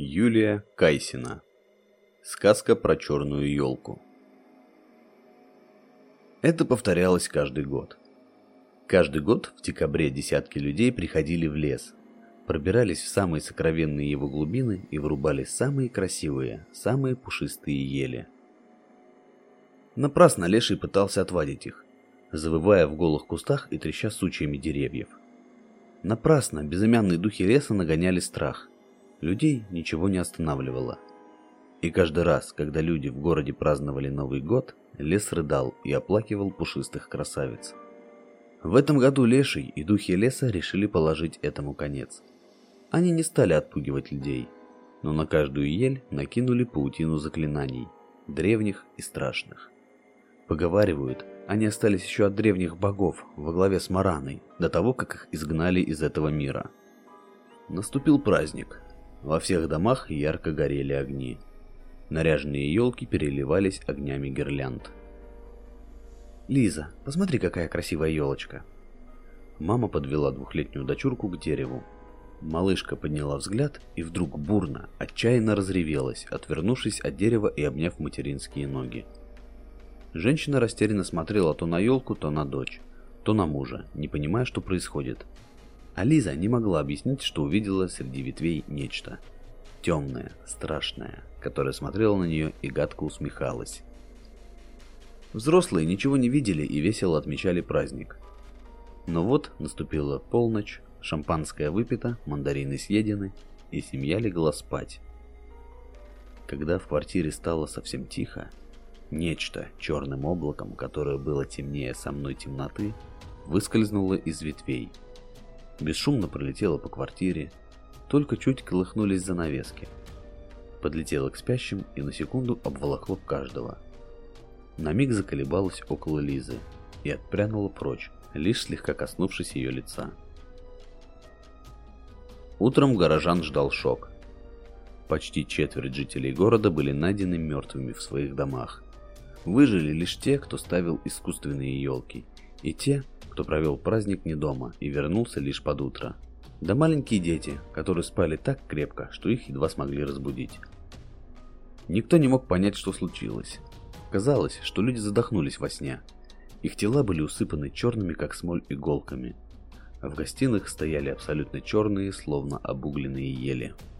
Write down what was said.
Юлия Кайсина. Сказка про черную елку. Это повторялось каждый год. Каждый год в декабре десятки людей приходили в лес, пробирались в самые сокровенные его глубины и вырубали самые красивые, самые пушистые ели. Напрасно Леший пытался отвадить их, завывая в голых кустах и треща сучьями деревьев. Напрасно безымянные духи леса нагоняли страх. Людей ничего не останавливало. И каждый раз, когда люди в городе праздновали Новый год, лес рыдал и оплакивал пушистых красавиц. В этом году Леший и духи леса решили положить этому конец. Они не стали отпугивать людей, но на каждую ель накинули паутину заклинаний, древних и страшных. Поговаривают, они остались еще от древних богов во главе с Мараной, до того, как их изгнали из этого мира. Наступил праздник. Во всех домах ярко горели огни. Наряженные елки переливались огнями гирлянд. «Лиза, посмотри, какая красивая елочка!» Мама подвела двухлетнюю дочурку к дереву. Малышка подняла взгляд и вдруг бурно, отчаянно разревелась, отвернувшись от дерева и обняв материнские ноги. Женщина растерянно смотрела то на елку, то на дочь, то на мужа, не понимая, что происходит. А Лиза не могла объяснить, что увидела среди ветвей нечто. Темное, страшное, которое смотрело на нее и гадко усмехалось. Взрослые ничего не видели и весело отмечали праздник. Но вот наступила полночь, шампанское выпито, мандарины съедены, и семья легла спать. Когда в квартире стало совсем тихо, нечто черным облаком, которое было темнее самой темноты, выскользнуло из ветвей. Бесшумно пролетело по квартире, только чуть колыхнулись занавески. Подлетело к спящим и на секунду обволокло каждого. На миг заколебалась около Лизы и отпрянула прочь, лишь слегка коснувшись ее лица. Утром горожан ждал шок. Почти четверть жителей города были найдены мертвыми в своих домах. Выжили лишь те, кто ставил искусственные елки, и те, кто провел праздник не дома и вернулся лишь под утро. Да маленькие дети, которые спали так крепко, что их едва смогли разбудить. Никто не мог понять, что случилось. Казалось, что люди задохнулись во сне. Их тела были усыпаны черными, как смоль, иголками. А в гостиных стояли абсолютно черные, словно обугленные ели.